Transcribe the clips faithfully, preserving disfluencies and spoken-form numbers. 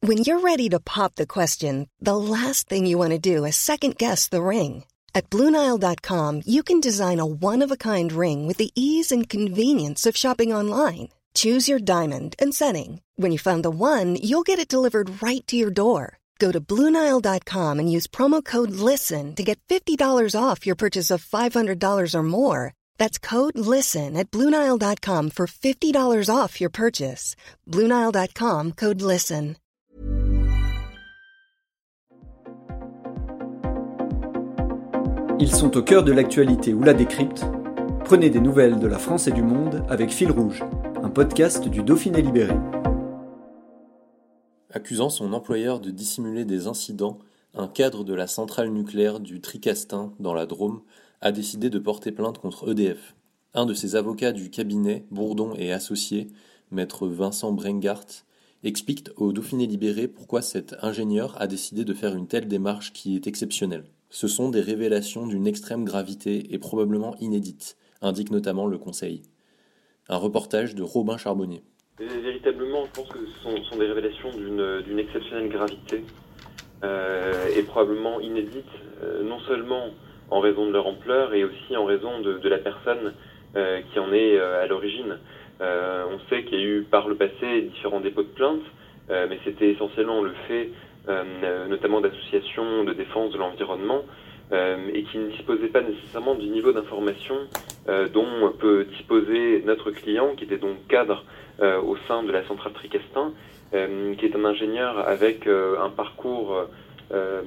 When you're ready to pop the question, the last thing you want to do is second-guess the ring. At Blue Nile dot com, you can design a one-of-a-kind ring with the ease and convenience of shopping online. Choose your diamond and setting. When you find the one, you'll get it delivered right to your door. Go to Blue Nile dot com and use promo code LISTEN to get fifty dollars off your purchase of five hundred dollars or more. That's code LISTEN at Blue Nile dot com for fifty dollars off your purchase. Blue Nile dot com, code LISTEN. Ils sont au cœur de l'actualité ou la décrypte. Prenez des nouvelles de la France et du monde avec Fil Rouge, un podcast du Dauphiné Libéré. Accusant son employeur de dissimuler des incidents, un cadre de la centrale nucléaire du Tricastin, dans la Drôme, a décidé de porter plainte contre E D F. Un de ses avocats du cabinet, Bourdon et Associés, maître Vincent Brengart, explique au Dauphiné Libéré pourquoi cet ingénieur a décidé de faire une telle démarche qui est exceptionnelle. Ce sont des révélations d'une extrême gravité et probablement inédites, indique notamment le Conseil. Un reportage de Robin Charbonnier. Véritablement, je pense que ce sont, sont des révélations d'une, d'une exceptionnelle gravité euh, et probablement inédites, euh, non seulement en raison de leur ampleur et aussi en raison de, de la personne euh, qui en est euh, à l'origine. Euh, on sait qu'il y a eu par le passé différents dépôts de plainte, euh, mais c'était essentiellement le fait Euh, notamment d'associations de défense de l'environnement, euh, et qui ne disposaient pas nécessairement du niveau d'information euh, dont peut disposer notre client, qui était donc cadre euh, au sein de la centrale Tricastin, euh, qui est un ingénieur avec euh, un parcours euh,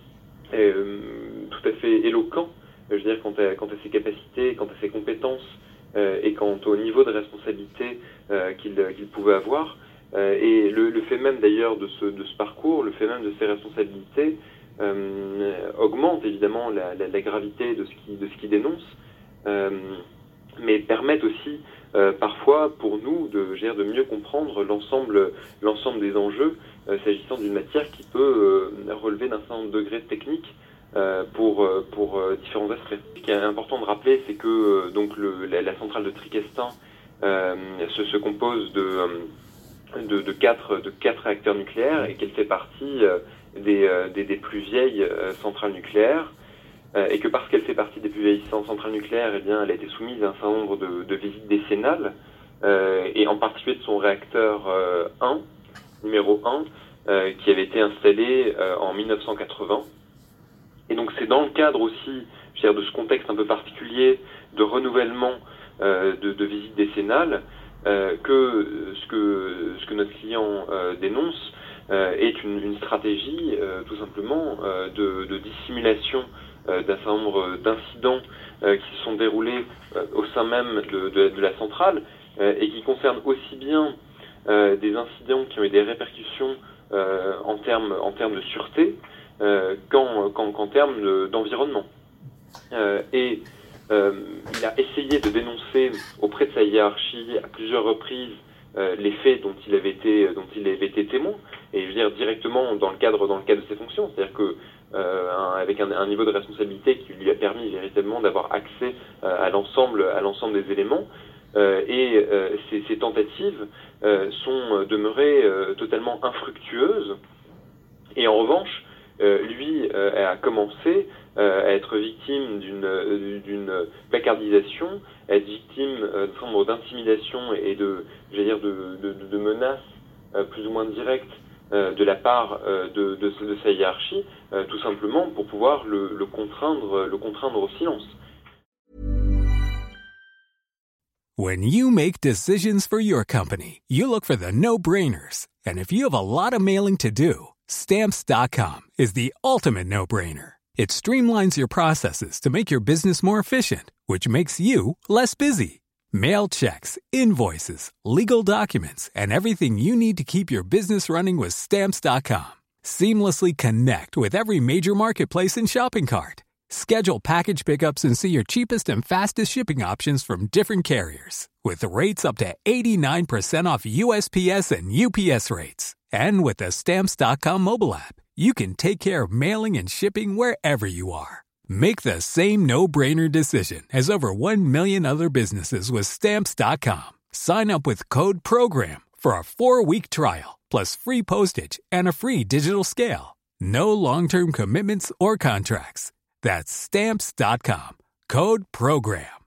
euh, tout à fait éloquent, je veux dire, quant à, quant à ses capacités, quant à ses compétences, euh, et quant au niveau de responsabilité euh, qu'il, qu'il pouvait avoir. Euh, et le, le fait même d'ailleurs de ce, de ce parcours, le fait même de ses responsabilités, euh, augmente évidemment la, la, la gravité de ce qui, de ce qui dénonce, euh, mais permettent aussi euh, parfois pour nous de, de mieux comprendre l'ensemble, l'ensemble des enjeux euh, s'agissant d'une matière qui peut euh, relever d'un certain degré technique euh, pour, pour euh, différents aspects. Ce qui est important de rappeler, c'est que euh, donc le, la, la centrale de Tricastin euh, se, se compose de... Euh, De, de, quatre, de quatre réacteurs nucléaires et qu'elle fait partie euh, des, euh, des, des plus vieilles euh, centrales nucléaires euh, et que parce qu'elle fait partie des plus vieilles centrales nucléaires, eh bien, elle a été soumise à un certain nombre de, de visites décennales euh, et en particulier de son réacteur euh, un, numéro un, euh, qui avait été installé euh, en mille neuf cent quatre-vingts. Et donc c'est dans le cadre aussi, je veux dire, de ce contexte un peu particulier de renouvellement euh, de, de visites décennales Euh, que ce que ce que notre client euh, dénonce euh, est une, une stratégie euh, tout simplement euh, de, de dissimulation euh, d'un certain nombre d'incidents euh, qui se sont déroulés euh, au sein même de, de, de la centrale euh, et qui concernent aussi bien euh, des incidents qui ont eu des répercussions euh, en termes en termes de sûreté euh, qu'en, qu'en, qu'en termes de, d'environnement. Euh, et Euh, il a essayé de dénoncer auprès de sa hiérarchie à plusieurs reprises euh, les faits dont il avait été dont il avait été témoin, et je veux dire directement dans le cadre dans le cadre de ses fonctions, c'est-à-dire que euh, un, avec un, un niveau de responsabilité qui lui a permis véritablement d'avoir accès euh, à l'ensemble à l'ensemble des éléments, euh, et euh, ces, ces tentatives euh, sont demeurées euh, totalement infructueuses. Et en revanche, euh, lui euh, a commencé à être victime d'une, d'une placardisation, à être victime d'un certain nombre d'intimidations et de, j'allais dire, de, de, de menaces plus ou moins directes de la part de, de, de sa hiérarchie, tout simplement pour pouvoir le, le contraindre, le contraindre au silence. When you make decisions for your company, you look for the no-brainers. And if you have a lot of mailing to do, Stamps dot com is the ultimate no-brainer. It streamlines your processes to make your business more efficient, which makes you less busy. Mail checks, invoices, legal documents, and everything you need to keep your business running with Stamps dot com. Seamlessly connect with every major marketplace and shopping cart. Schedule package pickups and see your cheapest and fastest shipping options from different carriers, with rates up to eighty-nine percent off U S P S and U P S rates. And with the Stamps dot com mobile app, you can take care of mailing and shipping wherever you are. Make the same no-brainer decision as over one million other businesses with Stamps dot com. Sign up with code PROGRAM for a four-week trial, plus free postage and a free digital scale. No long-term commitments or contracts. That's Stamps dot com. Code PROGRAM.